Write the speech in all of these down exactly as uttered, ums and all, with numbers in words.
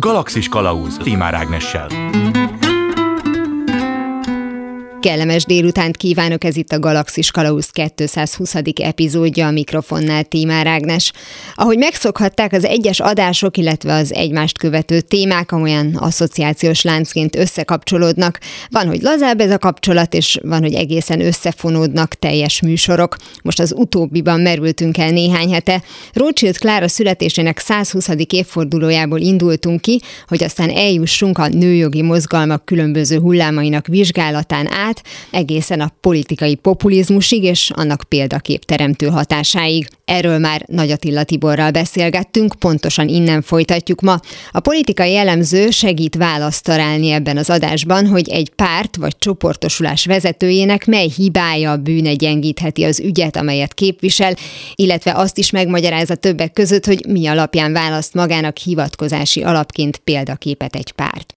Galaxis Kalauz Tímár Ágnessel. Kellemes délutánt kívánok, ez itt a Galaxis Kalauz kétszázhuszadik epizódja, a mikrofonnál Tímár Ágnes. Ahogy megszokhatták, az egyes adások, illetve az egymást követő témák olyan asszociációs láncként összekapcsolódnak. Van, hogy lazább ez a kapcsolat, és van, hogy egészen összefonódnak teljes műsorok. Most az utóbbiban merültünk el néhány hete. Rothschild Klára születésének százhuszadik évfordulójából indultunk ki, hogy aztán eljussunk a nőjogi mozgalmak különböző hullámainak vizsgálatán át, egészen a politikai populizmusig és annak példaképteremtő hatásáig. Erről már Nagy Attila Tiborral beszélgettünk, pontosan innen folytatjuk ma. A politikai elemző segít választ találni ebben az adásban, hogy egy párt vagy csoportosulás vezetőjének mely hibája, bűne gyengítheti az ügyet, amelyet képvisel, illetve azt is megmagyarázza többek között, hogy mi alapján választ magának hivatkozási alapként példaképet egy párt.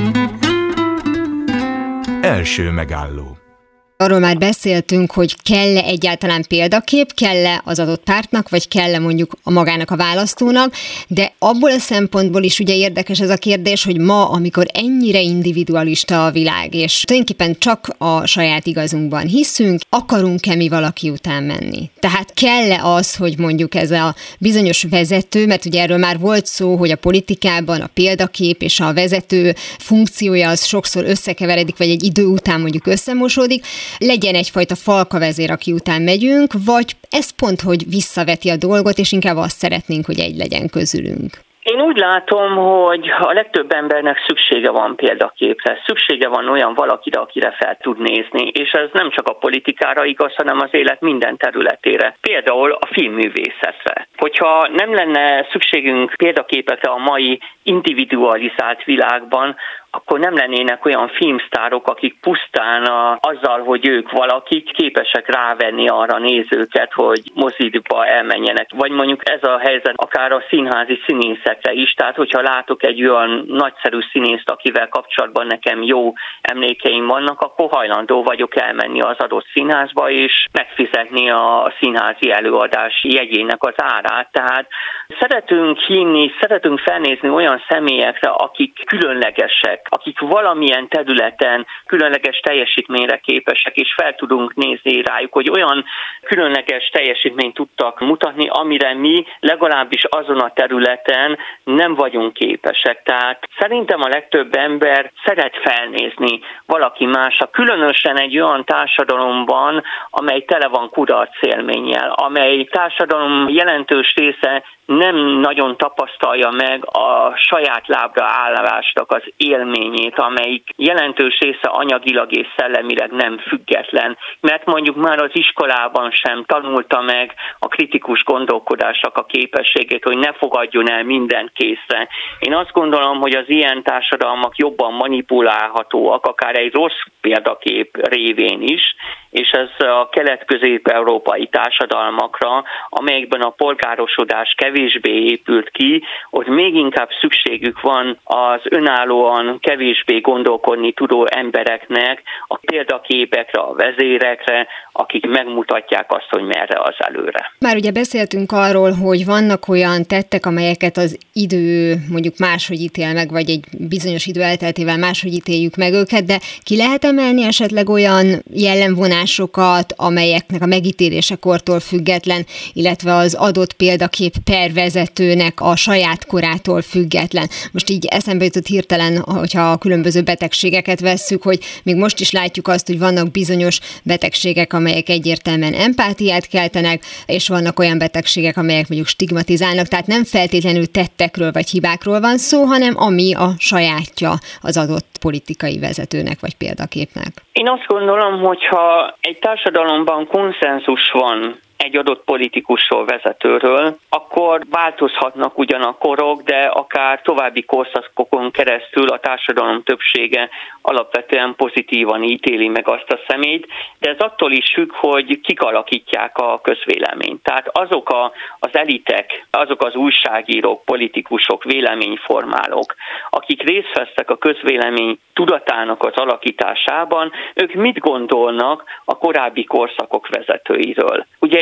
Első megálló. Arról már beszéltünk, hogy kell-e egyáltalán példakép, kell-e az adott pártnak, vagy kell-e mondjuk a magának a választónak, de abból a szempontból is ugye érdekes ez a kérdés, hogy ma, amikor ennyire individualista a világ, és tulajdonképpen csak a saját igazunkban hiszünk, akarunk-e mi valaki után menni? Tehát kell-e az, hogy mondjuk ez a bizonyos vezető, mert ugye erről már volt szó, hogy a politikában a példakép és a vezető funkciója az sokszor összekeveredik, vagy egy idő után mondjuk összemosódik, legyen egyfajta falkavezér, aki után megyünk, vagy ez pont, hogy visszaveti a dolgot, és inkább azt szeretnénk, hogy egy legyen közülünk. Én úgy látom, hogy a legtöbb embernek szüksége van példaképre, szüksége van olyan valakire, akire fel tud nézni, és ez nem csak a politikára igaz, hanem az élet minden területére, például a filmművészetre. Hogyha nem lenne szükségünk példaképekre a mai individualizált világban, akkor nem lennének olyan filmsztárok, akik pusztán a, azzal, hogy ők valakik, képesek rávenni arra nézőket, hogy mozidba elmenjenek. Vagy mondjuk ez a helyzet akár a színházi színészekre is. Tehát, hogyha látok egy olyan nagyszerű színészt, akivel kapcsolatban nekem jó emlékeim vannak, akkor hajlandó vagyok elmenni az adott színházba, és megfizetni a színházi előadás jegyének az árát. Tehát szeretünk hinni, szeretünk felnézni olyan személyekre, akik különlegesek, akik valamilyen területen különleges teljesítményre képesek, és fel tudunk nézni rájuk, hogy olyan különleges teljesítményt tudtak mutatni, amire mi legalábbis azon a területen nem vagyunk képesek. Tehát szerintem a legtöbb ember szeret felnézni valaki másra, különösen egy olyan társadalomban, amely tele van kudarcélménnyel, amely társadalom jelentős része nem nagyon tapasztalja meg a saját lábra állásnak az élményét, amelyik jelentős része anyagilag és szellemileg nem független, mert mondjuk már az iskolában sem tanulta meg a kritikus gondolkodásnak a képességét, hogy ne fogadjon el minden készre. Én azt gondolom, hogy az ilyen társadalmak jobban manipulálhatóak, akár egy rossz példakép révén is, és ez a kelet-közép-európai társadalmakra, amelyekben a polgárosodás kevésbé épült ki, ott még inkább szükségük van az önállóan kevésbé gondolkodni tudó embereknek, a példaképekre, a vezérekre, akik megmutatják azt, hogy merre az előre. Már ugye beszéltünk arról, hogy vannak olyan tettek, amelyeket az idő mondjuk máshogy ítél meg, vagy egy bizonyos idő elteltével máshogy ítéljük meg őket, de ki lehet emelni esetleg olyan jellemvonásokat, amelyeknek a megítélésekortól független, illetve az adott példakép per vezetőnek a saját korától független. Most így eszembe jutott hirtelen, hogyha a különböző betegségeket vesszük, hogy még most is látjuk azt, hogy vannak bizonyos betegségek, amelyek egyértelműen empátiát keltenek, és vannak olyan betegségek, amelyek mondjuk stigmatizálnak, tehát nem feltétlenül tettekről vagy hibákról van szó, hanem ami a sajátja az adott politikai vezetőnek vagy példaképnek. Én azt gondolom, hogyha egy társadalomban konszenzus van egy adott politikusról, vezetőről, akkor változhatnak ugyan a korok, de akár további korszakokon keresztül a társadalom többsége alapvetően pozitívan ítéli meg azt a személyt, de ez attól is függ, hogy kik alakítják a közvéleményt. Tehát azok a, az elitek, azok az újságírók, politikusok, véleményformálók, akik részt vesznek a közvélemény tudatának az alakításában, ők mit gondolnak a korábbi korszakok vezetőiről. Ugye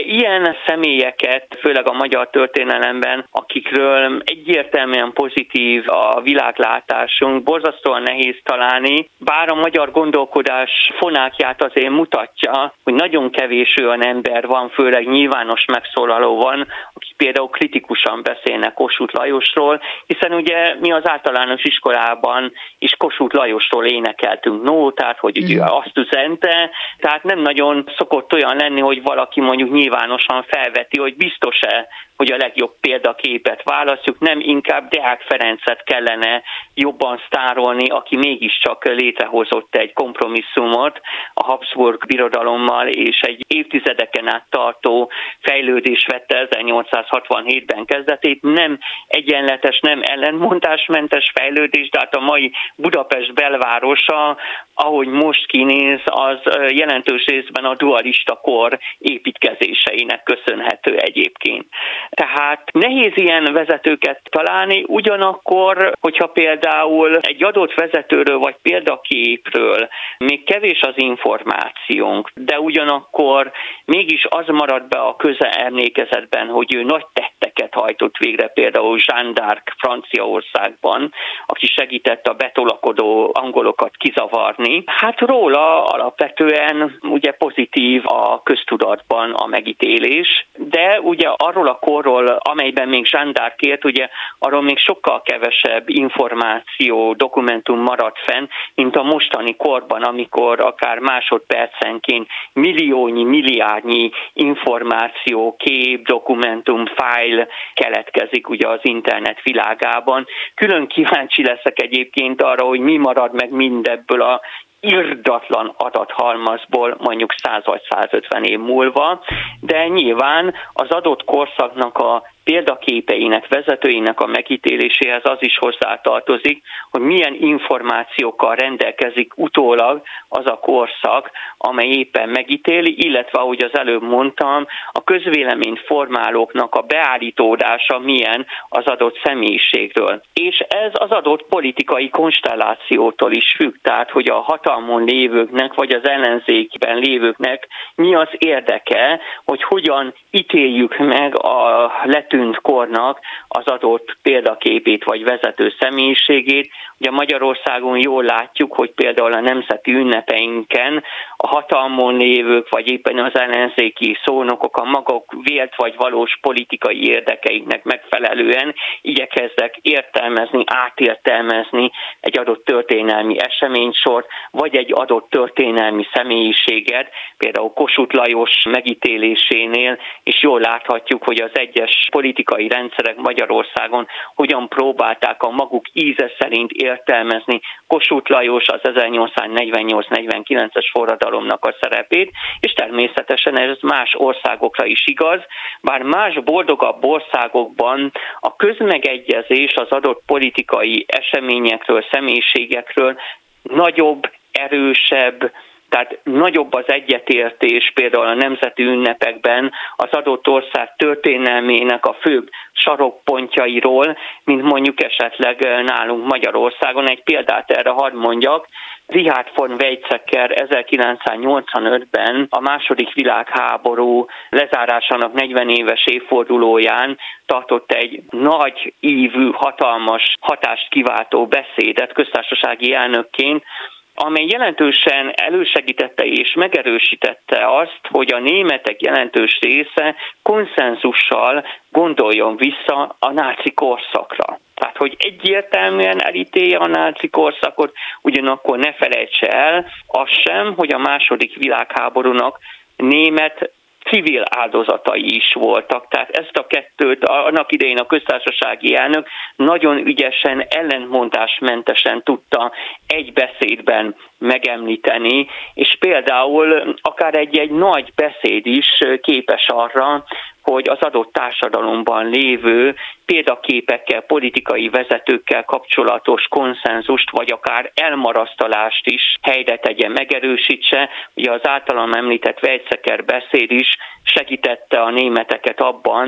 ilyen személyeket, főleg a magyar történelemben, akikről egyértelműen pozitív a világlátásunk, borzasztóan nehéz találni, bár a magyar gondolkodás fonákját azért mutatja, hogy nagyon kevés olyan ember van, főleg nyilvános megszólaló van, akik például kritikusan beszélnek Kossuth Lajosról, hiszen ugye mi az általános iskolában is Kossuth Lajosról énekeltünk nótát, hogy ugye azt üzente, tehát nem nagyon szokott olyan lenni, hogy valaki mondjuk nyilvánosan felveti, hogy biztos-e, hogy a legjobb példaképet választjuk, nem inkább Deák Ferencet kellene jobban sztárolni, aki mégiscsak létrehozott egy kompromisszumot a Habsburg birodalommal, és egy évtizedeken át tartó fejlődés vette ezernyolcszázhatvanhétben kezdetét. Nem egyenletes, nem ellentmondásmentes fejlődés, de hát a mai Budapest belvárosa, ahogy most kinéz, az jelentős részben a dualista kor építkezéseinek köszönhető egyébként. Tehát nehéz ilyen vezetőket találni, ugyanakkor, hogyha például egy adott vezetőről vagy példaképről még kevés az információnk, de ugyanakkor mégis az marad be a közelemlékezetben, hogy ő nagy tetteket hajtott végre, például Jeanne d'Arc Franciaországban, aki segített a betolakodó angolokat kizavarni. Hát róla alapvetően ugye pozitív a köztudatban a megítélés, de ugye arról a korról, amelyben még Jeanne d'Arc élt, ugye arról még sokkal kevesebb információ, dokumentum maradt fenn, mint a mostani korban, amikor akár másodpercenként milliónyi, milliárdnyi információ, kép, dokumentum, fájl keletkezik ugye az internet világában. Külön kíváncsi leszek egyébként arra, hogy mi marad meg mindebből a irdatlan adathalmazból mondjuk száz vagy százötven év múlva, de nyilván az adott korszaknak a példaképeinek, vezetőinek a megítéléséhez az is hozzátartozik, hogy milyen információkkal rendelkezik utólag az a korszak, amely éppen megítéli, illetve ahogy az előbb mondtam, a közvélemény formálóknak a beállítódása milyen az adott személyiségről. És ez az adott politikai konstellációtól is függ, tehát hogy a hatalmon lévőknek, vagy az ellenzékben lévőknek mi az érdeke, hogy hogyan ítéljük meg a letűnt kornak az adott példaképét vagy vezető személyiségét. Ugye Magyarországon jól látjuk, hogy például a nemzeti ünnepeinken a hatalmon lévők vagy éppen az ellenzéki szónokok a maguk vélt vagy valós politikai érdekeiknek megfelelően igyekeznek értelmezni, átértelmezni egy adott történelmi eseménysort, vagy egy adott történelmi személyiséget, például Kossuth Lajos megítélésénél, és jól láthatjuk, hogy az egyes politikai rendszerek Magyarországon hogyan próbálták a maguk íze szerint értelmezni Kossuth Lajos az ezernyolcszáznegyvennyolc negyvenkilences forradalomnak a szerepét, és természetesen ez más országokra is igaz, bár más boldogabb országokban a közmegegyezés az adott politikai eseményekről, személyiségekről nagyobb, erősebb, tehát nagyobb az egyetértés például a nemzeti ünnepekben az adott ország történelmének a főbb sarokpontjairól, mint mondjuk esetleg nálunk Magyarországon. Egy példát erre hadd mondjak. Richard von Weizsäcker ezerkilencszáznyolcvanötben a második világháború lezárásának negyven éves évfordulóján tartott egy nagy ívű, hatalmas hatást kiváltó beszédet köztársasági elnökként, amely jelentősen elősegítette és megerősítette azt, hogy a németek jelentős része konszenzussal gondoljon vissza a náci korszakra. Tehát, hogy egyértelműen elítélje a náci korszakot, ugyanakkor ne felejtse el azt sem, hogy a második világháborúnak német civil áldozatai is voltak. Tehát ezt a kettőt annak idején a köztársasági elnök nagyon ügyesen, ellentmondásmentesen tudta egy beszédben megemlíteni, és például akár egy-egy nagy beszéd is képes arra, hogy az adott társadalomban lévő példaképekkel, politikai vezetőkkel kapcsolatos konszenzust, vagy akár elmarasztalást is helyre tegye, megerősítse. Ugye az általam említett Weizsäcker beszéd is segítette a németeket abban,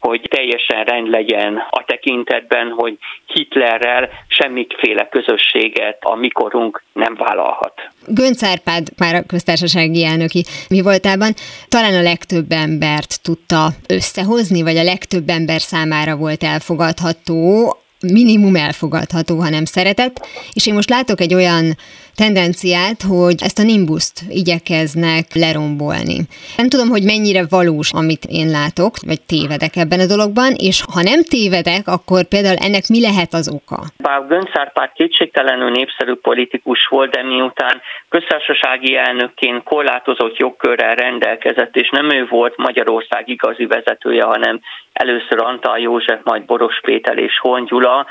hogy teljesen rend legyen a tekintetben, hogy Hitlerrel semmiféle közösséget a mikorunk nem vállalhat. Göncz Árpád már a köztársasági elnöki mi voltában talán a legtöbb embert tudta összehozni, vagy a legtöbb ember számára volt elfogadható, minimum elfogadható, ha nem szeretett, és én most látok egy olyan tendenciát, hogy ezt a nimbuszt igyekeznek lerombolni. Nem tudom, hogy mennyire valós, amit én látok, vagy tévedek ebben a dologban, és ha nem tévedek, akkor például ennek mi lehet az oka? Bár Göncz Árpád kétségtelenül népszerű politikus volt, de miután köztársasági elnökként korlátozott jogkörrel rendelkezett, és nem ő volt Magyarország igazi vezetője, hanem először Antal József, majd Boros Péter és Horn Gyula,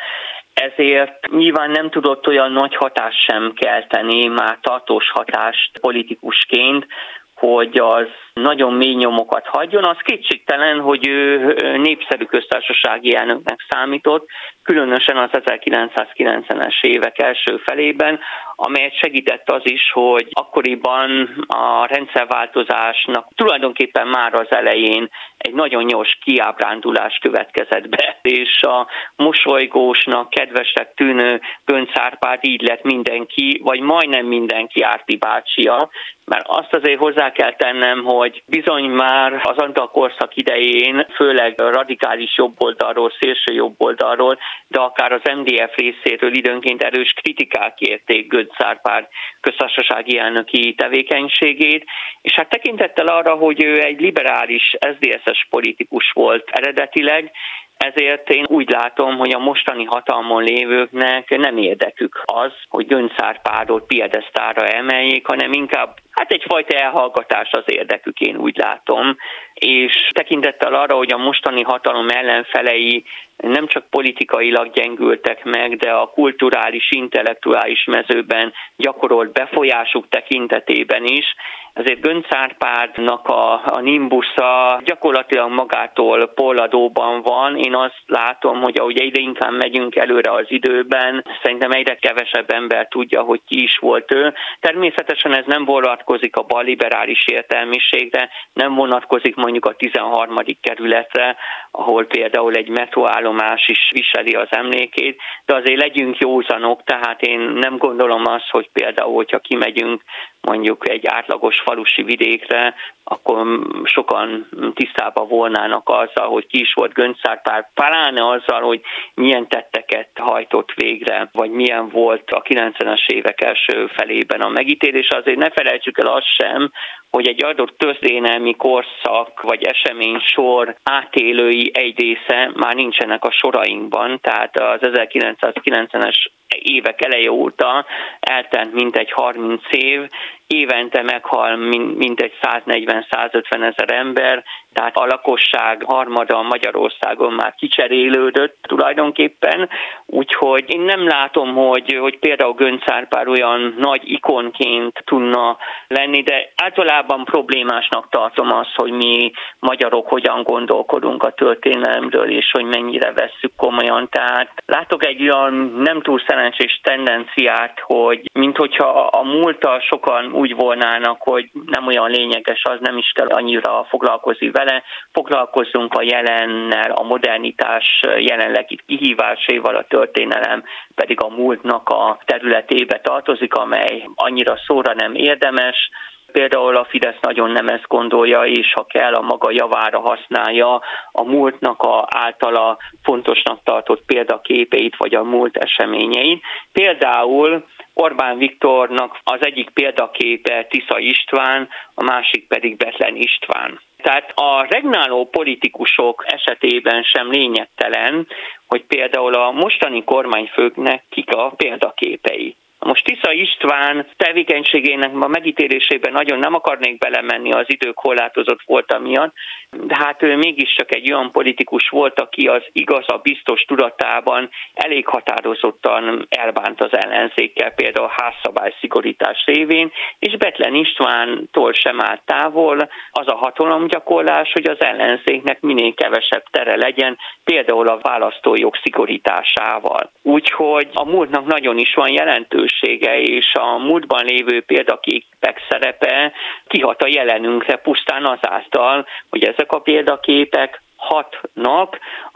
ezért nyilván nem tudott olyan nagy hatást sem kelteni, már tartós hatást politikusként, hogy az nagyon mély nyomokat hagyjon. Az kétségtelen, hogy ő népszerű köztársasági elnöknek számított, különösen az ezerkilencszázkilencvenes évek első felében, amelyet segített az is, hogy akkoriban a rendszerváltozásnak tulajdonképpen már az elején egy nagyon gyors kiábrándulás következett be, és a mosolygósnak, kedvesnek tűnő Göncz Árpád így lett mindenki, vagy majdnem mindenki Árpi bácsia, mert azt azért hozzá kell tennem, hogy bizony már az Antal korszak idején, főleg radikális jobboldalról, szélső jobboldalról, de akár az em dé ef részéről időnként erős kritikák érték Göncz Árpád köztársasági elnöki tevékenységét, és hát tekintettel arra, hogy ő egy liberális es zé es es politikus volt eredetileg, ezért én úgy látom, hogy a mostani hatalmon lévőknek nem érdekük az, hogy Göncz Árpádot piedesztálra emeljék, hanem inkább hát egyfajta elhallgatás az érdekük, én úgy látom. És tekintettel arra, hogy a mostani hatalom ellenfelei nem csak politikailag gyengültek meg, de a kulturális, intellektuális mezőben gyakorolt befolyásuk tekintetében is, ezért Göncz Árpádnak a, a nimbusza gyakorlatilag magától polladóban van. Én azt látom, hogy ahogy egyre inkább megyünk előre az időben, szerintem egyre kevesebb ember tudja, hogy ki is volt ő. Természetesen ez nem vonatkozik a balliberális értelmiségre, nem vonatkozik mondjuk a tizenharmadik kerületre, ahol például egy metróállomás is viseli az emlékét, de azért legyünk józanok, tehát én nem gondolom azt, hogy például, hogyha kimegyünk mondjuk egy átlagos falusi vidékre, akkor sokan tisztában volnának azzal, hogy ki is volt Göncz Árpád, pláne azzal, hogy milyen tetteket hajtott végre, vagy milyen volt a kilencvenes évek első felében a megítélés. Azért ne felejtsük el azt sem, hogy egy adott történelmi korszak vagy eseménysor átélői egy része már nincsenek a sorainkban, tehát az ezerkilencszázkilencvenes évek eleje óta eltelt mintegy harminc év, évente meghal mintegy száznegyven-százötven ezer ember, tehát a lakosság harmada Magyarországon már kicserélődött tulajdonképpen, úgyhogy én nem látom, hogy, hogy például Göncz Árpád olyan nagy ikonként tudna lenni, de általában problémásnak tartom azt, hogy mi magyarok hogyan gondolkodunk a történelemről, és hogy mennyire vesszük komolyan. Tehát látok egy olyan nem túl szerencsés tendenciát, hogy minthogyha a múlttal sokan úgy volnának, hogy nem olyan lényeges, az nem is kell annyira foglalkozni vele, foglalkozzunk a jelennel, a modernitás jelenlegi kihívásaival, a történelem pedig a múltnak a területébe tartozik, amely annyira szóra nem érdemes. Például a Fidesz nagyon nem ezt gondolja, és ha kell, a maga javára használja a múltnak a általa fontosnak tartott példaképeit, vagy a múlt eseményeit. Például Orbán Viktornak az egyik példaképe Tisza István, a másik pedig Bethlen István. Tehát a regnáló politikusok esetében sem lényegtelen, hogy például a mostani kormányfőknek kik a példaképei. Most Tisza István tevékenységének a megítélésében nagyon nem akarnék belemenni, az idők korlátozott volta miatt, de hát ő mégiscsak egy olyan politikus volt, aki az igaz, a biztos tudatában elég határozottan elbánt az ellenzékkel, például a házszabály szigorítás révén, és Bethlen Istvántól sem állt távol az a hatalomgyakorlás, hogy az ellenzéknek minél kevesebb tere legyen, például a választójog szigorításával. Úgyhogy a múltnak nagyon is van jelentős, és a múltban lévő példaképek szerepe kihat a jelenünkre pusztán azáltal, hogy ezek a példaképek hatnak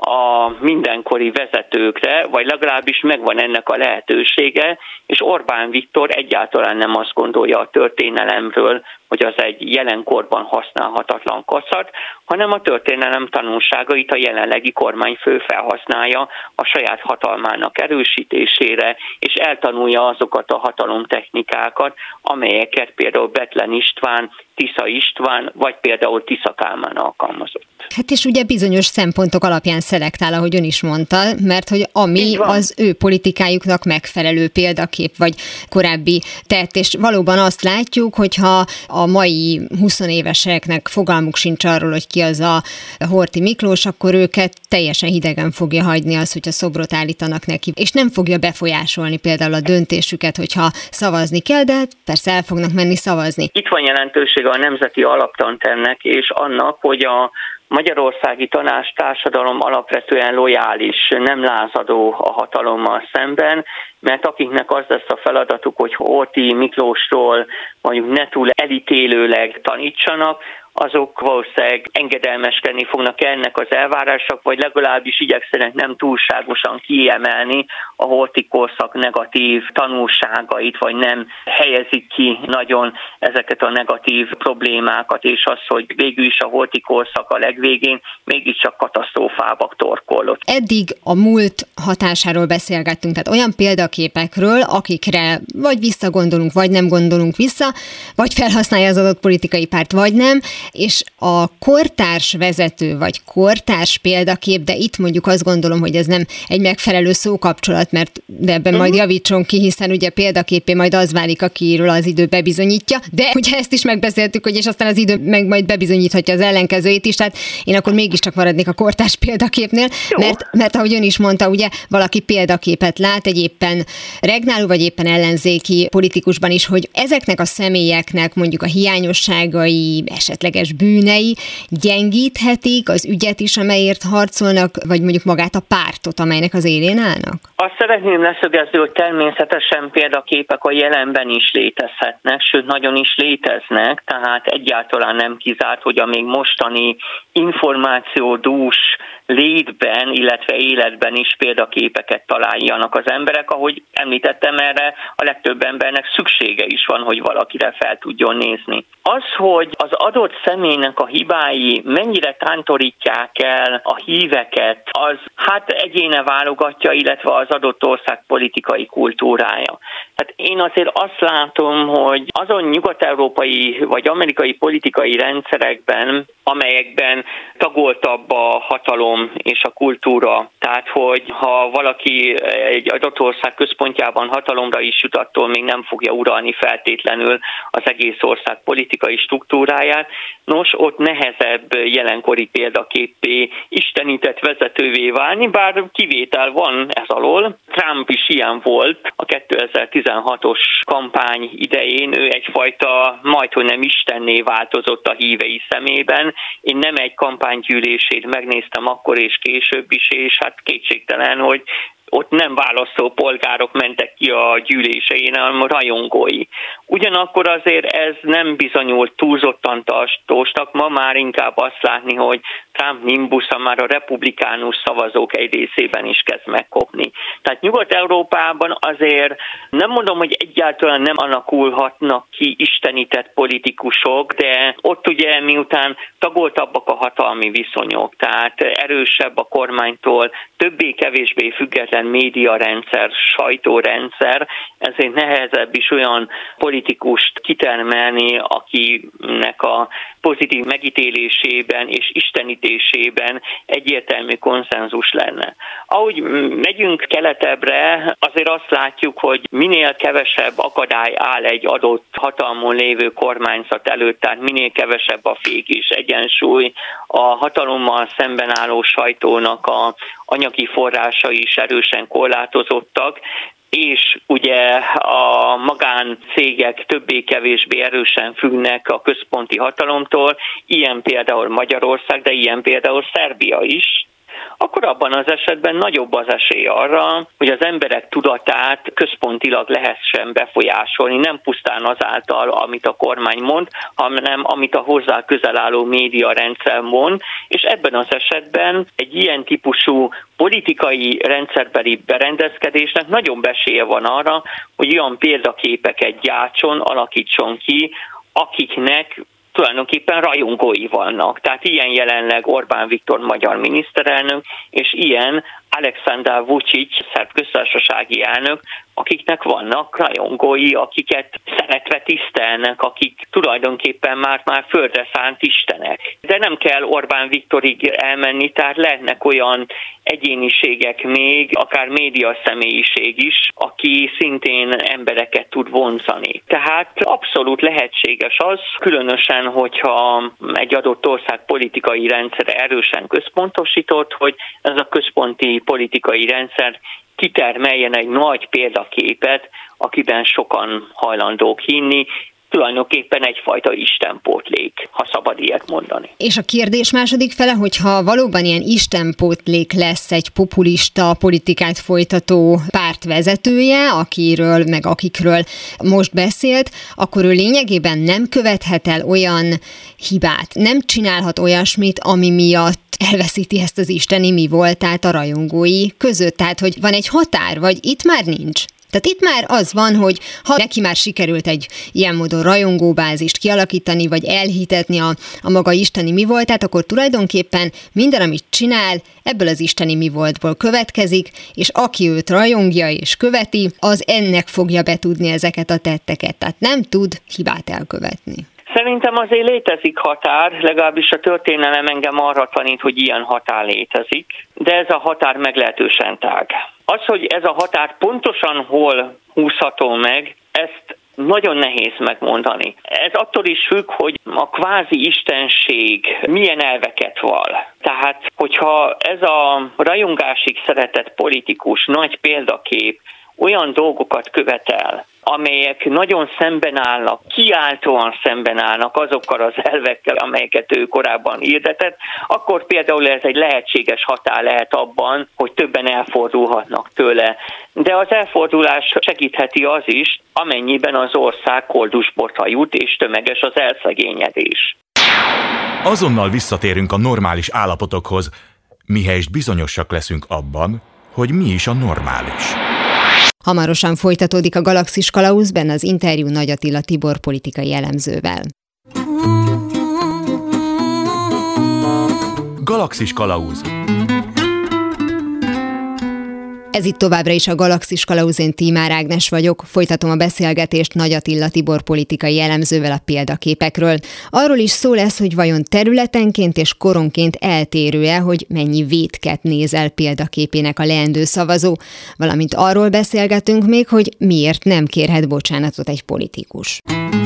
a mindenkori vezetőkre, vagy legalábbis megvan ennek a lehetősége, és Orbán Viktor egyáltalán nem azt gondolja a történelemről, hogy az egy jelenkorban használhatatlan kacat, hanem a történelem tanulságait a jelenlegi kormányfő felhasználja a saját hatalmának erősítésére, és eltanulja azokat a hatalomtechnikákat, amelyeket például Bethlen István, Tisza István, vagy például Tisza Kálmán alkalmazott. Hát és ugye bizonyos szempontok alapján szelektál, ahogy ön is mondta, mert hogy ami az ő politikájuknak megfelelő példakép, vagy korábbi tett, és valóban azt látjuk, hogyha a mai huszonéveseknek fogalmuk sincs arról, hogy ki az a Horthy Miklós, akkor őket teljesen hidegen fogja hagyni az, hogyha szobrot állítanak neki, és nem fogja befolyásolni például a döntésüket, hogyha szavazni kell, de persze el fognak menni szavazni. Itt van jelentősége a nemzeti alaptantervnek és annak, hogy a magyarországi tanács társadalom alapvetően lojális, nem lázadó a hatalommal szemben, mert akiknek az lesz a feladatuk, hogy Horthy Miklósról mondjuk ne túl elítélőleg tanítsanak, azok valószínűleg engedelmeskedni fognak ennek az elvárások, vagy legalábbis igyekszenek nem túlságosan kiemelni a Horthy korszak negatív tanulságait, vagy nem helyezik ki nagyon ezeket a negatív problémákat, és az, hogy végül is a Horthy korszak a legvégén mégiscsak katasztrófába torkollott. Eddig a múlt hatásáról beszélgettünk, tehát olyan példaképekről, akikre vagy visszagondolunk, vagy nem gondolunk vissza, vagy felhasználja az adott politikai párt, vagy nem, és a kortárs vezető, vagy kortárs példakép, de itt mondjuk azt gondolom, hogy ez nem egy megfelelő szókapcsolat, mert de ebben uh-huh. majd javítson ki, hiszen ugye példaképé majd az válik, akiről az idő bebizonyítja, de ugye ezt is megbeszéltük, hogy és aztán az idő meg majd bebizonyíthatja az ellenkezőjét is, tehát én akkor mégiscsak maradnék a kortárs példaképnél, mert, mert ahogy ön is mondta, ugye valaki példaképet lát egy éppen regnáló, vagy éppen ellenzéki politikusban is, hogy ezeknek a személyeknek mondjuk a hiányosságai, esetleges bűnei gyengíthetik az ügyet is, amelyért harcolnak, vagy mondjuk magát a pártot, amelynek az élén állnak? Azt szeretném leszögezni, hogy természetesen példaképek a jelenben is létezhetnek, sőt nagyon is léteznek, tehát egyáltalán nem kizárt, hogy a még mostani információdús létben, illetve életben is példaképeket találjanak az emberek. Ahogy említettem, erre a legtöbb embernek szüksége is van, hogy valakire fel tudjon nézni. Az, hogy az adott személynek a hibái mennyire tántorítják el a híveket, az hát egyéne válogatja, illetve az adott ország politikai kultúrája. Tehát én azért azt látom, hogy azon nyugat-európai vagy amerikai politikai rendszerekben, amelyekben tagoltabb a hatalom és a kultúra, tehát hogy ha valaki egy adott ország központjában hatalomra is jut, attól még nem fogja uralni feltétlenül az egész ország politikai struktúráját. Nos, ott nehezebb jelenkori példaképpé istenített vezetővé válni, bár kivétel van ez alól. Trump is ilyen volt a kétezer-tizenhatos kampány idején, ő egyfajta majdhogy nem istenné változott a hívei szemében. Én nem egy kampánygyűlését megnéztem akkor és később is, és hát kétségtelen, hogy ott nem választó polgárok mentek ki a gyűlésein, hanem rajongói. Ugyanakkor azért ez nem bizonyult túlzottan tartósnak, ma már inkább azt látni, hogy Trump nimbusza már a republikánus szavazók egy részében is kezd megkopni. Tehát Nyugat-Európában azért nem mondom, hogy egyáltalán nem alakulhatnak ki istenített politikusok, de ott ugye miután tagoltabbak a hatalmi viszonyok, tehát erősebb a kormánytól, többé-kevésbé független médiarendszer, sajtórendszer, ezért nehezebb is olyan politikust kitermelni, akinek a pozitív megítélésében és istenítésében egyértelmű konszenzus lenne. Ahogy megyünk keletebbre, azért azt látjuk, hogy minél kevesebb akadály áll egy adott hatalmon lévő kormányzat előtt, tehát minél kevesebb a fék és egyensúly, a hatalommal szemben álló sajtónak a anyagi forrásai is erősen korlátozottak, és ugye a magáncégek többé-kevésbé erősen függnek a központi hatalomtól, ilyen például Magyarország, de ilyen például Szerbia is. akkor abban az esetben nagyobb az esély arra, hogy az emberek tudatát központilag lehessen befolyásolni, nem pusztán azáltal, amit a kormány mond, hanem amit a hozzá közel álló médiarendszer mond, és ebben az esetben egy ilyen típusú politikai rendszerbeli berendezkedésnek nagyobb esélye van arra, hogy olyan példaképeket gyártson, alakítson ki, akiknek tulajdonképpen rajongói vannak. Tehát ilyen jelenleg Orbán Viktor magyar miniszterelnök, és ilyen Alexander Vučić szerb köztársasági elnök, akiknek vannak rajongói, akiket szeretve tisztelnek, akik tulajdonképpen már, már földre szánt istenek. De nem kell Orbán Viktorig elmenni, tehát lehetnek olyan egyéniségek még, akár média személyiség is, aki szintén embereket tud vonzani. Tehát abszolút lehetséges az, különösen, hogyha egy adott ország politikai rendszere erősen központosított, hogy ez a központi politikai rendszer kitermeljen egy nagy példaképet, akiben sokan hajlandók hinni, tulajdonképpen egyfajta istenpótlék, ha szabad ilyet mondani. És a kérdés második fele, hogyha valóban ilyen istenpótlék lesz egy populista politikát folytató párt vezetője, akiről, meg akikről most beszélt, akkor ő lényegében nem követhet el olyan hibát, nem csinálhat olyasmit, ami miatt elveszíti ezt az isteni mi voltát a rajongói között. Tehát, hogy van egy határ, vagy itt már nincs. Tehát itt már az van, hogy ha neki már sikerült egy ilyen módon rajongóbázist kialakítani, vagy elhitetni a, a maga isteni mi voltát, akkor tulajdonképpen minden, amit csinál, ebből az isteni mi voltból következik, és aki őt rajongja és követi, az ennek fogja betudni ezeket a tetteket. Tehát nem tud hibát elkövetni. Szerintem azért létezik határ, legalábbis a történelem engem arra tanít, hogy ilyen határ létezik, de ez a határ meglehetősen tág. Az, hogy ez a határ pontosan hol húzható meg, ezt nagyon nehéz megmondani. Ez attól is függ, hogy a kvázi istenség milyen elveket val. Tehát, hogyha ez a rajongásig szeretett politikus, nagy példakép olyan dolgokat követel, amelyek nagyon szemben állnak, kiáltóan szemben állnak azokkal az elvekkel, amelyeket ő korábban hirdetett, akkor például ez egy lehetséges határ lehet abban, hogy többen elfordulhatnak tőle. De az elfordulás segítheti az is, amennyiben az ország koldusbortra jut, és tömeges az elszegényedés. Azonnal visszatérünk a normális állapotokhoz, mihelyest bizonyosak leszünk abban, hogy mi is a normális. Hamarosan folytatódik a Galaxis Kalauz, benne az interjú Nagy Attila Tibor politikai elemzővel. Galaxis Kalauz. Ez itt továbbra is a Galaxis Kalauz, én Tímár Ágnes vagyok. Folytatom a beszélgetést Nagy Attila Tibor politikai elemzővel a példaképekről. Arról is szó lesz, hogy vajon területenként és koronként eltérő-e, hogy mennyi vétket nézel példaképének a leendő szavazó, valamint arról beszélgetünk még, hogy miért nem kérhet bocsánatot egy politikus.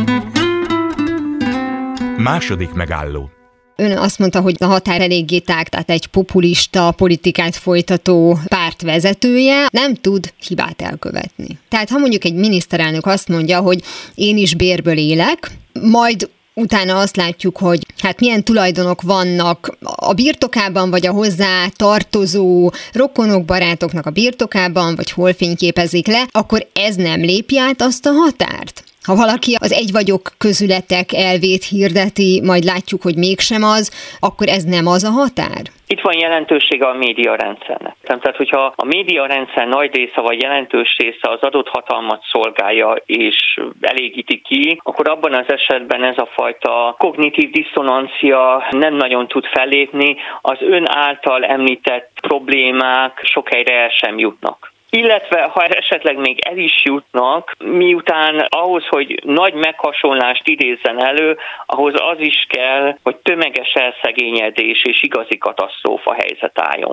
Második megálló. Ön azt mondta, hogy a határ eléggé tág, tehát egy populista politikát folytató párt vezetője nem tud hibát elkövetni. Tehát ha mondjuk egy miniszterelnök azt mondja, hogy én is bérből élek, majd utána azt látjuk, hogy hát milyen tulajdonok vannak a birtokában, vagy a hozzá tartozó rokonok, barátoknak a birtokában, vagy hol fényképezik le, akkor ez nem lépi át azt a határt. Ha valaki az egyvagyok közületek elvét hirdeti, majd látjuk, hogy mégsem az, akkor ez nem az a határ? Itt van jelentősége a médiarendszernek. Tehát, hogyha a médiarendszer nagy része vagy jelentős része az adott hatalmat szolgálja és elégíti ki, akkor abban az esetben ez a fajta kognitív diszonancia nem nagyon tud fellépni, az ön által említett problémák sok helyre el sem jutnak. Illetve, ha esetleg még el is jutnak, miután ahhoz, hogy nagy meghasonlást idézzen elő, ahhoz az is kell, hogy tömeges elszegényedés és igazi katasztrófa helyzet álljon be.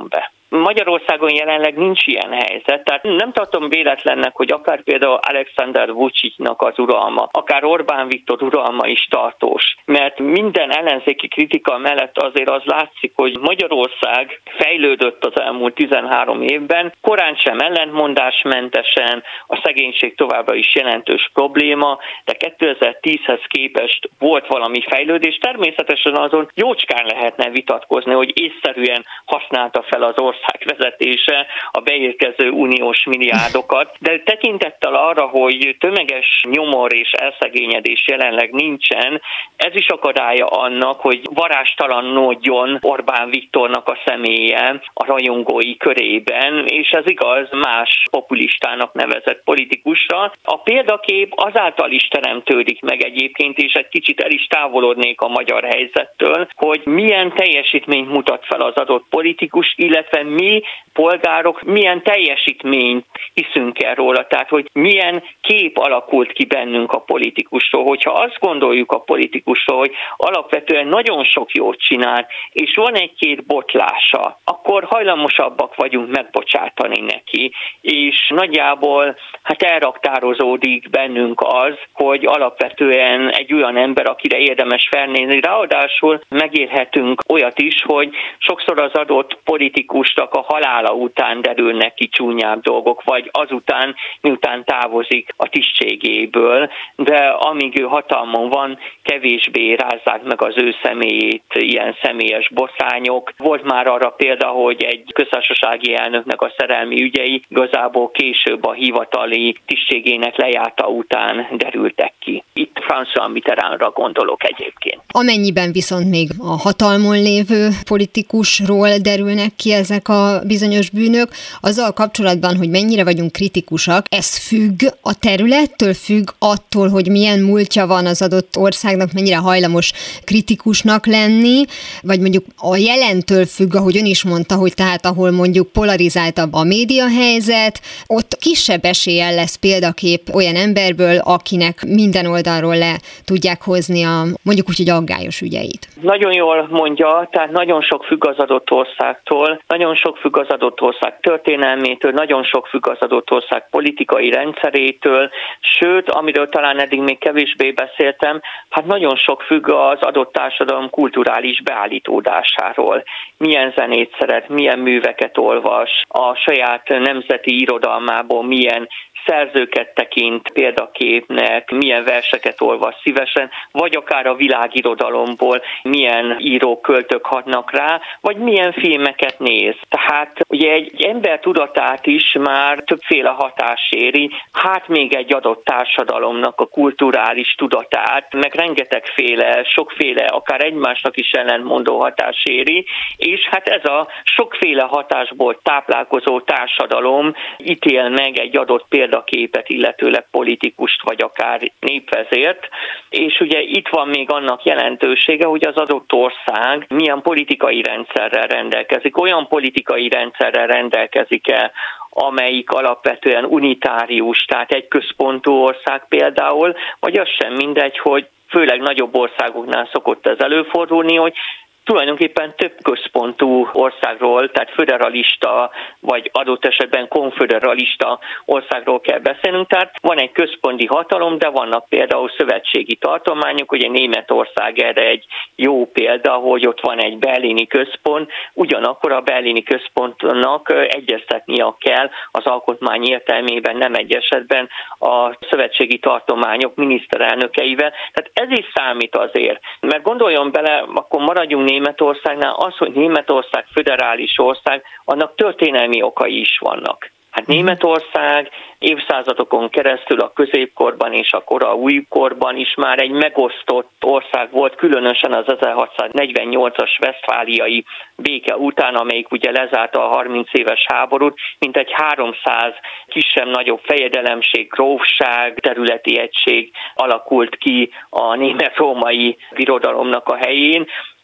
Magyarországon jelenleg nincs ilyen helyzet, tehát nem tartom véletlennek, hogy akár például Alexander Vučićnak az uralma, akár Orbán Viktor uralma is tartós, mert minden ellenzéki kritika mellett azért az látszik, hogy Magyarország fejlődött az elmúlt tizenhárom évben, korán sem ellentmondásmentesen, a szegénység továbbra is jelentős probléma, de kétezer-tízhez képest volt valami fejlődés, természetesen azon jócskán lehetne vitatkozni, hogy észszerűen használta fel az ország vezetése a beérkező uniós milliárdokat, de tekintettel arra, hogy tömeges nyomor és elszegényedés jelenleg nincsen, ez is akadálya annak, hogy varástalanodjon Orbán Viktornak a személye a rajongói körében, és ez igaz más populistának nevezett politikusra. A példakép azáltal is teremtődik meg egyébként, és egy kicsit el is távolodnék a magyar helyzettől, hogy milyen teljesítményt mutat fel az adott politikus, illetve mi polgárok milyen teljesítményt hiszünk el róla, tehát hogy milyen kép alakult ki bennünk a politikusról. Hogyha azt gondoljuk a politikusról, hogy alapvetően nagyon sok jót csinál, és van egy-két botlása, akkor hajlamosabbak vagyunk megbocsátani neki, és nagyjából hát elraktározódik bennünk az, hogy alapvetően egy olyan ember, akire érdemes felnézni, ráadásul megélhetünk olyat is, hogy sokszor az adott politikusnak a halála után derülnek ki csúnyább dolgok, vagy azután, miután távozik a tisztségéből, de amíg ő hatalmon van, kevésbé rázzák meg az ő személyét ilyen személyes botrányok. Volt már arra példa, hogy egy köztársasági elnöknek a szerelmi ügyei igazából később a hivatali tisztségének lejárta után derültek ki. Itt François Mitterrandra gondolok egyébként. Amennyiben viszont még a hatalmon lévő politikusról derülnek ki ezek a bizonyos bűnök, azzal kapcsolatban, hogy mennyire vagyunk kritikusak, ez függ a területtől, függ attól, hogy milyen múltja van az adott országnak, mennyire hajlamos kritikusnak lenni, vagy mondjuk a jelentől függ, ahogy ön is mondta, hogy tehát ahol mondjuk polarizáltabb a médiahelyzet, ott kisebb eséllyel lesz példakép olyan emberből, akinek minden oldalról le tudják hozni a mondjuk úgy, hogy aggályos ügyeit. Nagyon jól mondja, tehát nagyon sok függ az adott országtól, nagyon sok függ az adott ország történelmétől, nagyon sok függ az adott ország politikai rendszerétől, sőt, amiről talán eddig még kevésbé beszéltem, hát nagyon sok függ az adott társadalom kulturális beállítódásáról. Milyen zenét szeret, milyen műveket olvas, a saját nemzeti irodalmából milyen szerzőket tekint példaképnek, milyen verseket olvas szívesen, vagy akár a világirodalomból milyen írók, költők hatnak rá, vagy milyen filmeket néz. Tehát ugye egy ember tudatát is már többféle hatás éri, hát még egy adott társadalomnak a kulturális tudatát, meg rengetegféle, sokféle, akár egymásnak is ellentmondó hatás éri, és hát ez a sokféle hatásból táplálkozó társadalom ítél meg egy adott példaképet, illetőleg politikust, vagy akár népvezért, és ugye itt van még annak jelentősége, hogy az adott ország milyen politikai rendszerrel rendelkezik, olyan politikai rendszerrel rendelkezik-e, amelyik alapvetően unitárius, tehát egy központú ország például, vagy az sem mindegy, hogy főleg nagyobb országoknál szokott ez előfordulni, hogy tulajdonképpen több központú országról, tehát föderalista, vagy adott esetben konföderalista országról kell beszélnünk. Tehát van egy központi hatalom, de vannak például szövetségi tartományok, ugye Németország erre egy jó példa, hogy ott van egy berlini központ, ugyanakkor a berlini központnak egyeztetnie kell az alkotmány értelmében, nem egy esetben a szövetségi tartományok miniszterelnökeivel. Tehát ez is számít azért, mert gondoljon bele, akkor maradjunk Németországnál, az, hogy Németország föderális ország, annak történelmi okai is vannak. Hát Németország évszázadokon keresztül a középkorban és a kora újkorban is már egy megosztott ország volt, különösen az ezerhatszáznegyvennyolcas vesztfáliai béke után, amelyik ugye lezárta a harminc éves háborút, mint egy háromszáz kisebb-nagyobb fejedelemség, grófság, területi egység alakult ki a német-római birodalomnak a helyén.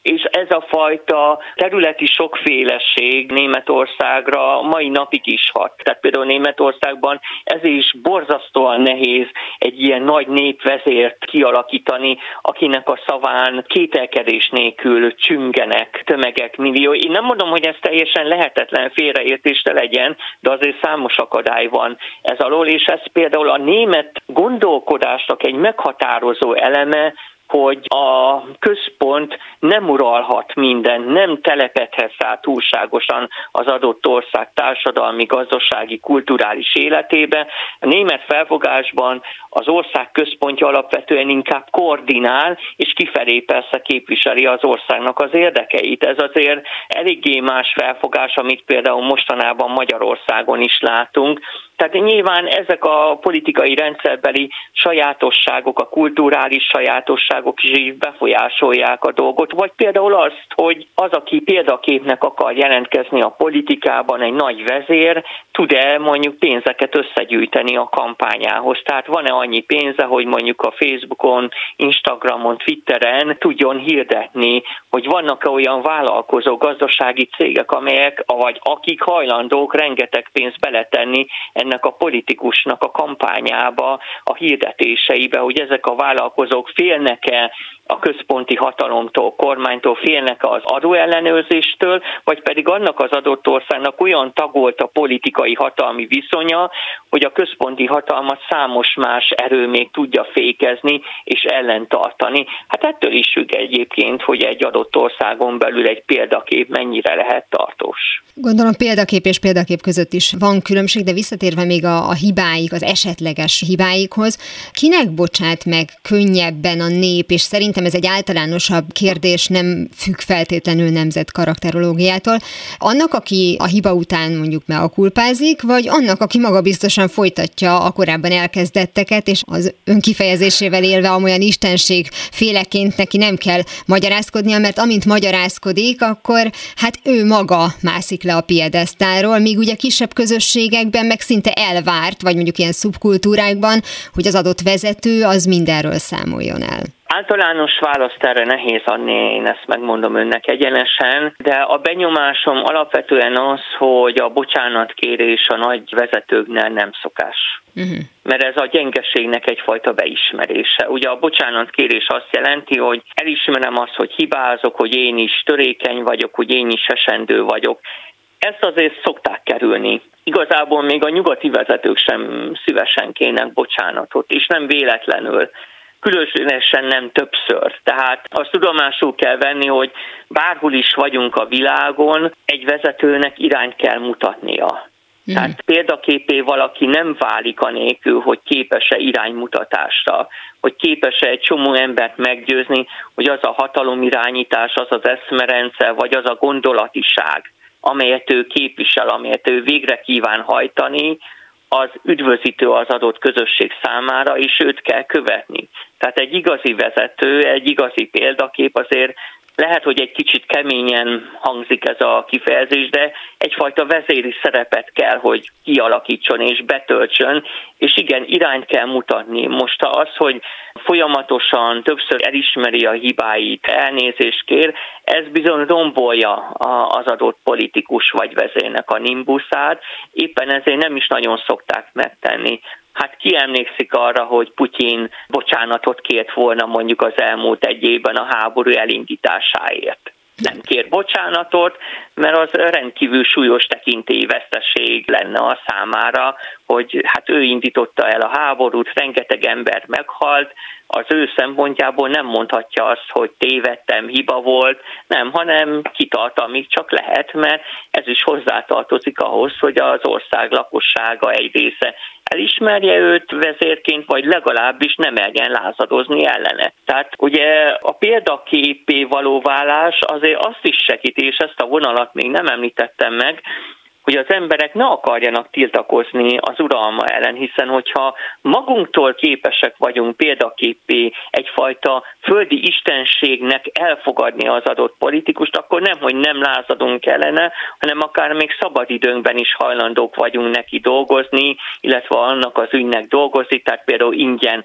És ez a fajta területi sokféleség Németországra mai napig is hat. Tehát például Németországban ez is borzasztóan nehéz egy ilyen nagy népvezért kialakítani, akinek a szaván kételkedés nélkül csüngenek tömegek millió. Én nem mondom, hogy ez teljesen lehetetlen, félreértésre legyen, de azért számos akadály van ez alól, és ez például a német gondolkodásnak egy meghatározó eleme, hogy a központ nem uralhat minden, nem telepedhet rá túlságosan az adott ország társadalmi, gazdasági, kulturális életébe. A német felfogásban az ország központja alapvetően inkább koordinál, és kifelé persze képviseli az országnak az érdekeit. Ez azért eléggé más felfogás, amit például mostanában Magyarországon is látunk. Tehát nyilván ezek a politikai rendszerbeli sajátosságok, a kulturális sajátosságok is befolyásolják a dolgot, vagy például azt, hogy az, aki példaképnek akar jelentkezni a politikában, egy nagy vezér, tud-e mondjuk pénzeket összegyűjteni a kampányához. Tehát van-e annyi pénze, hogy mondjuk a Facebookon, Instagramon, Twitteren tudjon hirdetni, hogy vannak-e olyan vállalkozó gazdasági cégek, amelyek, vagy akik hajlandók rengeteg pénzt beletenni ennek a politikusnak a kampányába, a hirdetéseibe, hogy ezek a vállalkozók félnek-e a központi hatalomtól, kormánytól, félnek az adóellenőrzéstől, vagy pedig annak az adott országnak olyan tagolt a politikai hatalmi viszonya, hogy a központi hatalmat számos más erő még tudja fékezni és ellentartani. Hát ettől is függ egyébként, hogy egy adott országon belül egy példakép mennyire lehet tartós. Gondolom példakép és példakép között is van különbség, de visszatérve még a, a hibáik, az esetleges hibáikhoz, kinek bocsát meg könnyebben a nép, és szerintem ez egy általánosabb kérdés, nem függ feltétlenül nemzet karakterológiától, annak, aki a hiba után mondjuk meakulpázik, vagy annak, aki magabiztosan folytatja a korábban elkezdetteket, és az önkifejezésével élve amolyan istenség féleként neki nem kell magyarázkodnia, mert amint magyarázkodik, akkor hát ő maga mászik le a piedesztálról, míg ugye kisebb közösségekben meg szinte elvárt, vagy mondjuk ilyen szubkultúrákban, hogy az adott vezető az mindenről számoljon el. Általános választ erre nehéz adni, én ezt megmondom önnek egyenesen, de a benyomásom alapvetően az, hogy a bocsánatkérés a nagy vezetőknél nem szokás. Uh-huh. Mert ez a gyengeségnek egyfajta beismerése. Ugye a bocsánatkérés azt jelenti, hogy elismerem azt, hogy hibázok, hogy én is törékeny vagyok, hogy én is esendő vagyok. Ezt azért szokták kerülni. Igazából még a nyugati vezetők sem szívesen kérnek bocsánatot, és nem véletlenül. Különösen nem többször. Tehát azt tudomásul kell venni, hogy bárhol is vagyunk a világon, egy vezetőnek irányt kell mutatnia. Mm. Tehát példaképé valaki nem válik anélkül, hogy képes-e iránymutatásra, hogy képes-e egy csomó embert meggyőzni, hogy az a hatalomirányítás, az az eszmerendszer, vagy az a gondolatiság, amelyet ő képvisel, amelyet ő végre kíván hajtani, az üdvözítő az adott közösség számára, és őt kell követni. Tehát egy igazi vezető, egy igazi példakép azért lehet, hogy egy kicsit keményen hangzik ez a kifejezés, de egyfajta vezéri szerepet kell, hogy kialakítson és betöltsön, és igen, irányt kell mutatni. Most az, hogy folyamatosan többször elismeri a hibáit, elnézést kér, ez bizony rombolja az adott politikus vagy vezérnek a nimbuszát, éppen ezért nem is nagyon szokták megtenni. Hát ki emlékszik arra, hogy Putyin bocsánatot kért volna mondjuk az elmúlt egy évben a háború elindításáért? Nem kér bocsánatot, mert az rendkívül súlyos tekintélyveszteség lenne a számára, hogy hát ő indította el a háborút, rengeteg ember meghalt, az ő szempontjából nem mondhatja azt, hogy tévedtem, hiba volt, nem, hanem kitart, amíg csak lehet, mert ez is hozzátartozik ahhoz, hogy az ország lakossága egy része elismerje őt vezérként, vagy legalábbis nem merjen lázadozni ellene. Tehát ugye a példaképé való válás azért azt is segíti, és ezt a vonalat még nem említettem meg, hogy az emberek ne akarjanak tiltakozni az uralma ellen, hiszen hogyha magunktól képesek vagyunk példaképpé egyfajta földi istenségnek elfogadni az adott politikust, akkor nem, hogy nem lázadunk ellene, hanem akár még szabadidőnkben is hajlandók vagyunk neki dolgozni, illetve annak az ügynek dolgozni, tehát például ingyen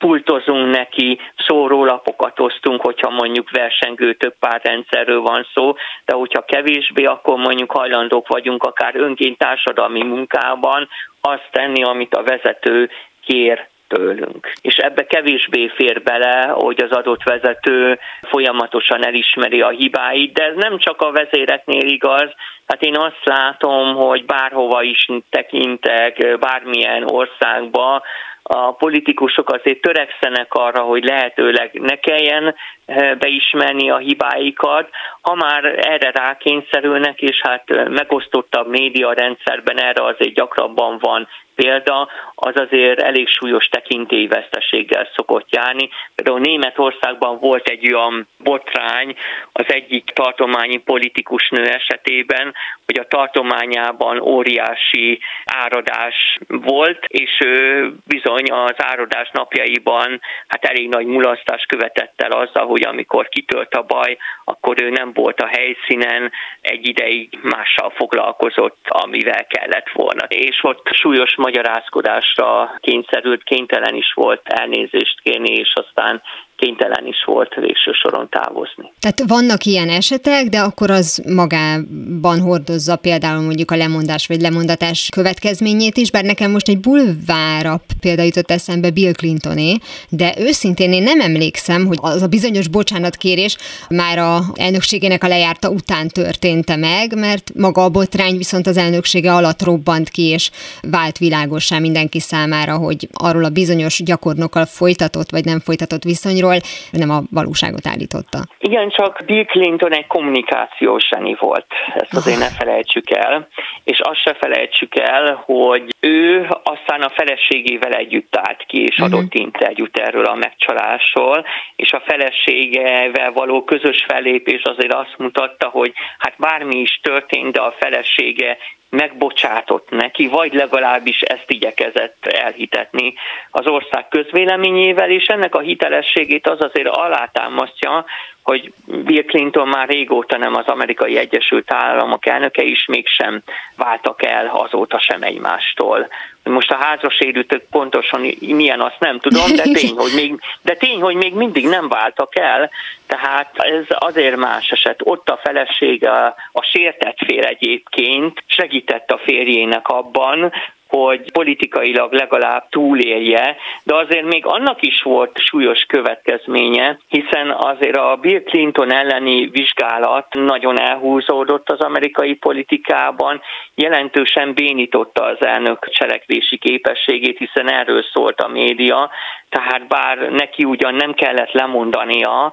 pultozunk neki, szórólapokat osztunk, hogyha mondjuk versengő több pártrendszerről van szó, de hogyha kevésbé, akkor mondjuk hajlandók vagyunk akár önként társadalmi munkában azt tenni, amit a vezető kér tőlünk. És ebbe kevésbé fér bele, hogy az adott vezető folyamatosan elismeri a hibáit, de ez nem csak a vezéreknél igaz. Hát én azt látom, hogy bárhova is tekintek, bármilyen országba, a politikusok azért törekszenek arra, hogy lehetőleg ne kelljen beismerni a hibáikat, ha már erre rákényszerülnek, és hát megosztottabb médiarendszerben erre azért gyakrabban van példa, az azért elég súlyos tekintélyveszteséggel szokott járni. Például Németországban volt egy olyan botrány az egyik tartományi politikus nő esetében, hogy a tartományában óriási áradás volt, és ő bizony az áradás napjaiban hát elég nagy mulasztást követett el azzal, hogy amikor kitört a baj, akkor ő nem volt a helyszínen, egy ideig mással foglalkozott, amivel kellett volna. És ott súlyos magyarázkodásra kényszerült, kénytelen is volt elnézést kérni, és aztán kénytelen is volt végső soron távozni. Tehát vannak ilyen esetek, de akkor az magában hordozza például mondjuk a lemondás vagy lemondatás következményét is, bár nekem most egy bulvárap példa jutott eszembe, Bill Clintoné, de őszintén én nem emlékszem, hogy az a bizonyos bocsánatkérés már a elnökségének a lejárta után történt meg, mert maga a botrány viszont az elnöksége alatt robbant ki, és vált világossá mindenki számára, hogy arról a bizonyos gyakornokkal folytatott vagy nem folytatott viszonyról nem a valóságot állította. Igen, csak Bill Clinton egy kommunikációs zseni volt, ezt azért ne felejtsük el, és azt se felejtsük el, hogy ő aztán a feleségével együtt állt ki, és adott uh-huh. interjút erről a megcsalásról, és a feleségevel való közös fellépés azért azt mutatta, hogy hát bármi is történt, de a felesége megbocsátott neki, vagy legalábbis ezt igyekezett elhitetni az ország közvéleményével, és ennek a hitelességét az azért alátámasztja, hogy Bill Clinton már régóta nem az Amerikai Egyesült Államok elnöke, is mégsem váltak el azóta sem egymástól. Most a házas életük pontosan milyen, azt nem tudom, de tény, hogy még, de tény, hogy még mindig nem váltak el, tehát ez azért más eset. Ott a felesége, a sértett fél egyébként segített a férjének abban, hogy politikailag legalább túlélje, de azért még annak is volt súlyos következménye, hiszen azért a Bill Clinton elleni vizsgálat nagyon elhúzódott az amerikai politikában, jelentősen bénította az elnök cselekvési képességét, hiszen erről szólt a média, tehát bár neki ugyan nem kellett lemondania,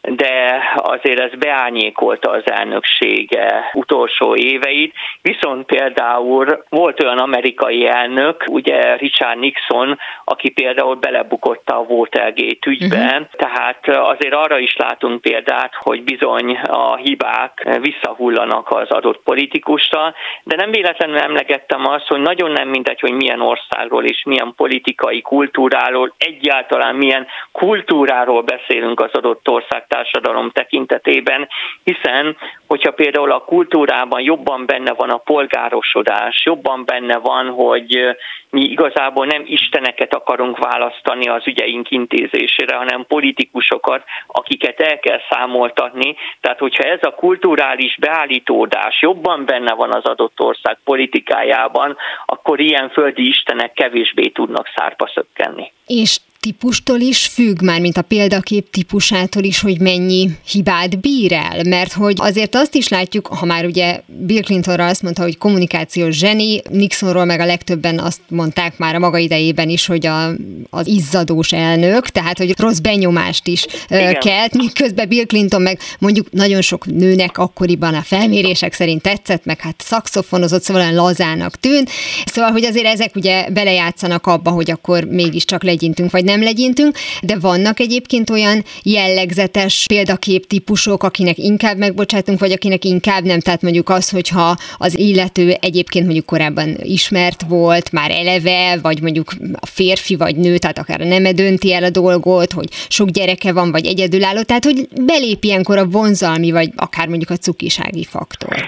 de azért ez beárnyékolta az elnöksége utolsó éveit. Viszont például volt olyan amerikai elnök, ugye Richard Nixon, aki például belebukott a Watergate ügybe, uh-huh. tehát azért arra is látunk példát, hogy bizony a hibák visszahullanak az adott politikusra, de nem véletlenül emlegettem azt, hogy nagyon nem mindegy, hogy milyen országról és milyen politikai kultúráról, egyáltalán milyen kultúráról beszélünk az adott ország társadalom tekintetében, hiszen hogyha például a kultúrában jobban benne van a polgárosodás, jobban benne van, hogy mi igazából nem isteneket akarunk választani az ügyeink intézésére, hanem politikusokat, akiket el kell számoltatni. Tehát, hogyha ez a kulturális beállítódás jobban benne van az adott ország politikájában, akkor ilyen földi istenek kevésbé tudnak szárba szökkenni. És típustól is függ, már mint a példakép típusától is, hogy mennyi hibát bír el, mert hogy azért azt is látjuk, ha már ugye Bill Clintonra azt mondta, hogy kommunikációs zseni, Nixonról meg a legtöbben azt mondták már a maga idejében is, hogy a, az izzadós elnök, tehát hogy rossz benyomást is Igen. kelt, miközben Bill Clinton meg mondjuk nagyon sok nőnek akkoriban a felmérések szerint tetszett, meg hát szaxofonozott, szóval olyan lazának tűnt, szóval, hogy azért ezek ugye belejátszanak abba, hogy akkor mégiscsak legyintünk, vagy nem legyintünk, de vannak egyébként olyan jellegzetes példakép típusok, akinek inkább megbocsátunk, vagy akinek inkább nem, tehát mondjuk az, hogyha az illető egyébként mondjuk korábban ismert volt, már eleve, vagy mondjuk a férfi vagy nő, tehát akár a neme dönti el a dolgot, hogy sok gyereke van, vagy egyedülálló, tehát hogy belép ilyenkor a vonzalmi, vagy akár mondjuk a cukisági faktor.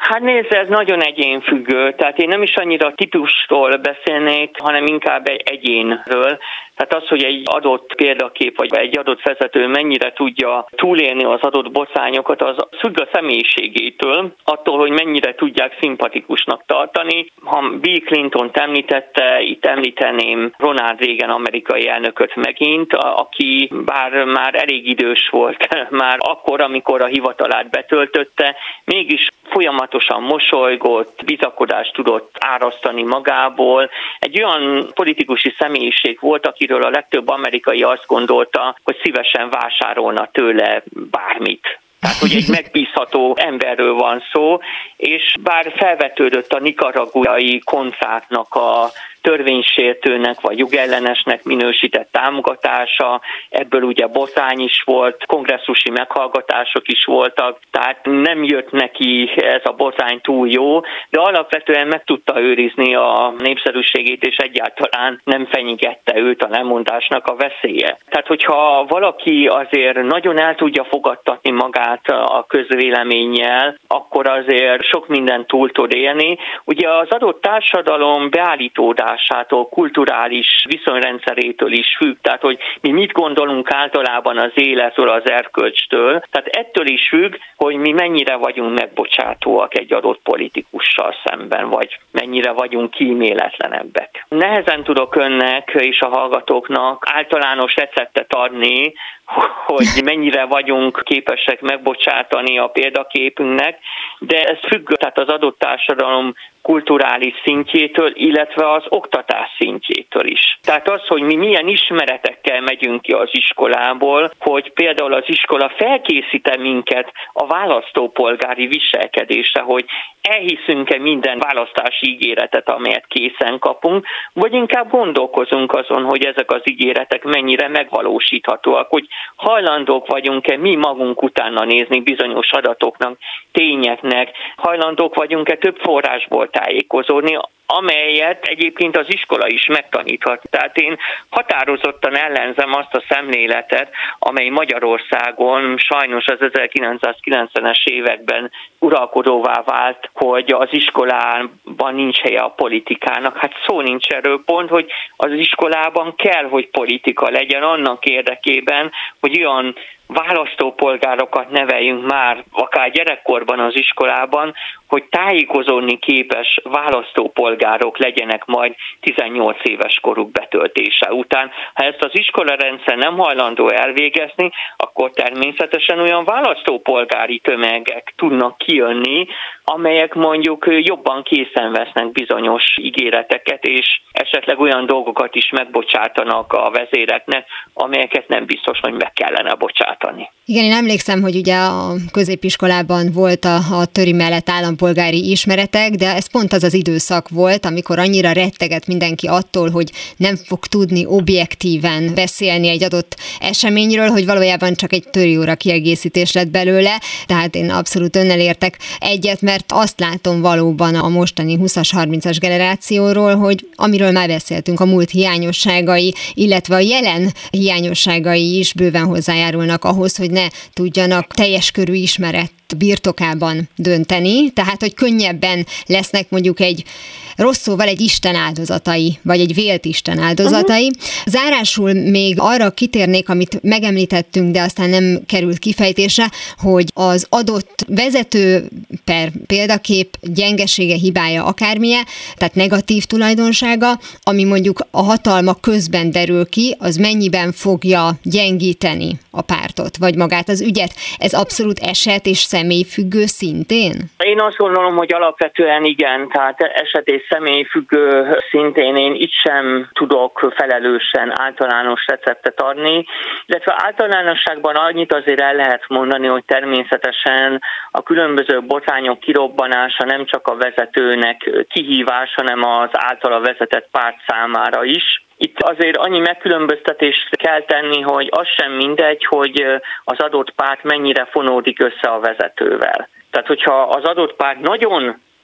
Hát nézd, ez nagyon egyénfüggő, tehát én nem is annyira típusról beszélnék, hanem inkább egy egyénről. Tehát az, hogy egy adott példakép, vagy egy adott vezető mennyire tudja túlélni az adott botrányokat, az függ a személyiségétől, attól, hogy mennyire tudják szimpatikusnak tartani. Ha Bill Clintont említette, itt említeném Ronald Reagan amerikai elnököt megint, aki bár már elég idős volt, már akkor, amikor a hivatalát betöltötte, mégis folyamatosan mosolygott, bizakodást tudott árasztani magából. Egy olyan politikusi személyiség volt, akiről a legtöbb amerikai azt gondolta, hogy szívesen vásárolna tőle bármit. Tehát, hogy egy megbízható emberről van szó, és bár felvetődött a nikaraguai konfáknak a törvénysértőnek vagy jogellenesnek minősített támogatása, ebből ugye botrány is volt, kongresszusi meghallgatások is voltak, tehát nem jött neki ez a botrány túl jó, de alapvetően meg tudta őrizni a népszerűségét, és egyáltalán nem fenyegette őt a lemondásnak a veszélye. Tehát, hogyha valaki azért nagyon el tudja fogadtatni magát a közvéleménnyel, akkor azért sok mindent túl tud élni. Ugye az adott társadalom beállítódás kulturális viszonyrendszerétől is függ, tehát hogy mi mit gondolunk általában az életről, az erkölcstől. Tehát ettől is függ, hogy mi mennyire vagyunk megbocsátóak egy adott politikussal szemben, vagy mennyire vagyunk kíméletlenebbek. Nehezen tudok önnek és a hallgatóknak általános receptet adni, hogy mennyire vagyunk képesek megbocsátani a példaképünknek, de ez függ tehát az adott társadalom kulturális szintjétől, illetve az oktatás szintjétől is. Tehát az, hogy mi milyen ismeretekkel megyünk ki az iskolából, hogy például az iskola felkészít-e minket a választópolgári viselkedésre, hogy elhiszünk-e minden választási ígéretet, amelyet készen kapunk, vagy inkább gondolkozunk azon, hogy ezek az ígéretek mennyire megvalósíthatóak, hogy hajlandók vagyunk-e mi magunk utána nézni bizonyos adatoknak, tényeknek, hajlandók vagyunk-e több forrásból tájékozódni, amelyet egyébként az iskola is megtaníthat. Tehát én határozottan ellenzem azt a szemléletet, amely Magyarországon sajnos az ezerkilencszázkilencvenes években uralkodóvá vált, hogy az iskolában nincs helye a politikának. Hát szó nincs erről, pont, hogy az iskolában kell, hogy politika legyen annak érdekében, hogy olyan választópolgárokat neveljünk már akár gyerekkorban az iskolában, hogy tájékozódni képes választópolgárok legyenek majd tizennyolc éves koruk betöltése után. Ha ezt az iskolarendszer nem hajlandó elvégezni, akkor természetesen olyan választópolgári tömegek tudnak kijönni, amelyek mondjuk jobban készen vesznek bizonyos ígéreteket, és esetleg olyan dolgokat is megbocsátanak a vezéreknek, amelyeket nem biztos, hogy meg kellene bocsátani. Igen, én emlékszem, hogy ugye a középiskolában volt a, a töri mellett állampolgári ismeretek, de ez pont az az időszak volt, amikor annyira rettegett mindenki attól, hogy nem fog tudni objektíven beszélni egy adott eseményről, hogy valójában csak egy töri óra kiegészítés lett belőle, tehát én abszolút önnel értek egyet, mert azt látom valóban a mostani húszas, harmincas generációról, hogy amiről már beszéltünk, a múlt hiányosságai, illetve a jelen hiányosságai is bőven hozzájárulnak ahhoz, hogy ne tudjanak teljes körű ismeret birtokában dönteni, tehát hogy könnyebben lesznek mondjuk egy rossz szóval egy Isten áldozatai, vagy egy vélt Isten áldozatai. Uh-huh. Zárásul még arra kitérnék, amit megemlítettünk, de aztán nem került kifejtésre, hogy az adott vezető per példakép gyengesége, hibája akármilyen, tehát negatív tulajdonsága, ami mondjuk a hatalma közben derül ki, az mennyiben fogja gyengíteni a pártot, vagy magát az ügyet. Ez abszolút eset és személyfüggő szintén? Én azt gondolom, hogy alapvetően igen, tehát eset és személyfüggő szintén én itt sem tudok felelősen általános receptet adni, illetve általánosságban annyit azért el lehet mondani, hogy természetesen a különböző botrányok kirobbanása nem csak a vezetőnek kihívás, hanem az általa vezetett párt számára is. Itt azért annyi megkülönböztetést kell tenni, hogy az sem mindegy, hogy az adott párt mennyire fonódik össze a vezetővel. Tehát, hogyha az adott párt nagyon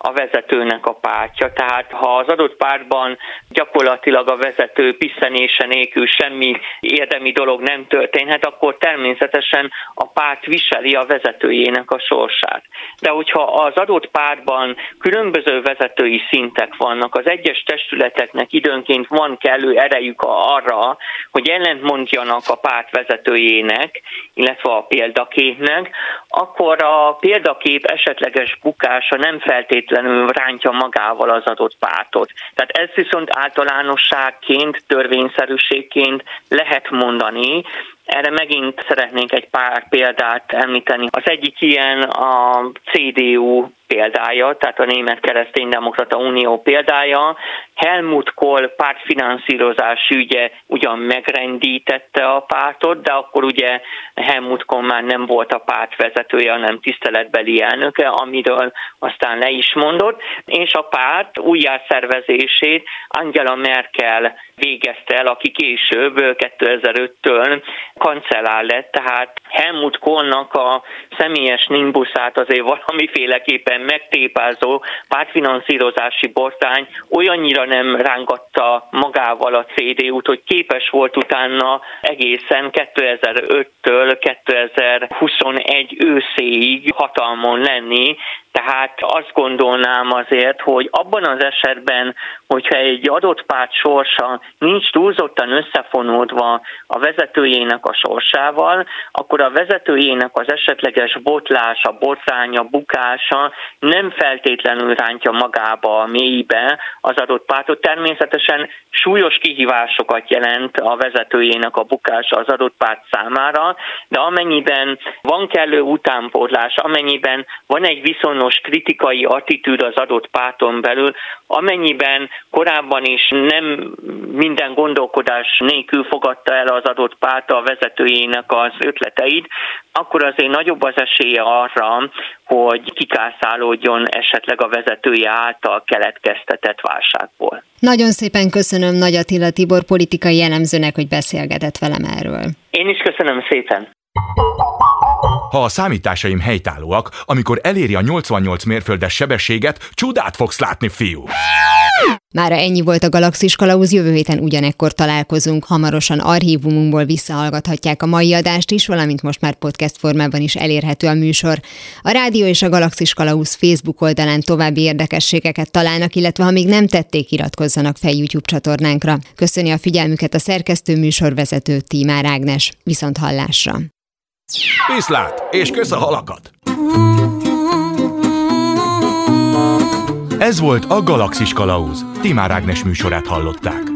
a vezetőnek a pártja. Tehát ha az adott pártban gyakorlatilag a vezető pisszenése nélkül semmi érdemi dolog nem történhet, akkor természetesen a párt viseli a vezetőjének a sorsát. De hogyha az adott pártban különböző vezetői szintek vannak, az egyes testületeknek időnként van kellő erejük arra, hogy ellentmondjanak a párt vezetőjének, illetve a példaképnek, akkor a példakép esetleges bukása nem feltétlenül rántja magával az adott pártot. Tehát ez viszont általánosságként, törvényszerűségként lehet mondani. Erre megint szeretnénk egy pár példát említeni. Az egyik ilyen a cé dé u példája, tehát a Német Kereszténydemokrata Unió példája. Helmut Kohl pártfinanszírozási ügye ugyan megrendítette a pártot, de akkor ugye Helmut Kohl már nem volt a párt vezetője, hanem tiszteletbeli elnöke, amiről aztán le is mondott, és a párt újjászervezését Angela Merkel végezte el, aki később kétezer-öttől kancellár lett, tehát Helmut Kohlnak a személyes nimbuszát azért valamiféleképpen megtépázó pártfinanszírozási botrány olyannyira nem rángatta magával a cé dé út, hogy képes volt utána egészen kétezer-öttől kétezer-huszonegy őszéig hatalmon lenni. Tehát azt gondolnám azért, hogy abban az esetben, hogyha egy adott párt sorsa nincs túlzottan összefonódva a vezetőjének a sorsával, akkor a vezetőjének az esetleges botlása, botránya, bukása nem feltétlenül rántja magába a mélybe az adott pártot. Természetesen súlyos kihívásokat jelent a vezetőjének a bukása az adott párt számára, de amennyiben van kellő utánpótlás, amennyiben van egy viszonylag kritikai attitűd az adott párton belül, amennyiben korábban is nem minden gondolkodás nélkül fogadta el az adott párt a vezetőjének az ötleteit, akkor azért nagyobb az esélye arra, hogy kikászálódjon esetleg a vezetője által keletkeztetett válságból. Nagyon szépen köszönöm Nagy Attila Tibor politikai elemzőnek, hogy beszélgetett velem erről. Én is köszönöm szépen. Ha a számításaim helytállóak, amikor eléri a nyolcvannyolc mérföldes sebességet, csodát fogsz látni, fiú! Mára ennyi volt a Galaxis Kalauz, jövő héten ugyanekkor találkozunk. Hamarosan archívumunkból visszahallgathatják a mai adást is, valamint most már podcast formában is elérhető a műsor. A Rádió és a Galaxis Kalauz Facebook oldalán további érdekességeket találnak, illetve ha még nem tették, iratkozzanak fel YouTube csatornánkra. Köszöni a figyelmüket a szerkesztő műsorvezető Tímár Ágnes. Viszont hallásra! Viszlát, és kösz a halakat! Ez volt a Galaxis Kalauz. Tímár Ágnes műsorát hallották.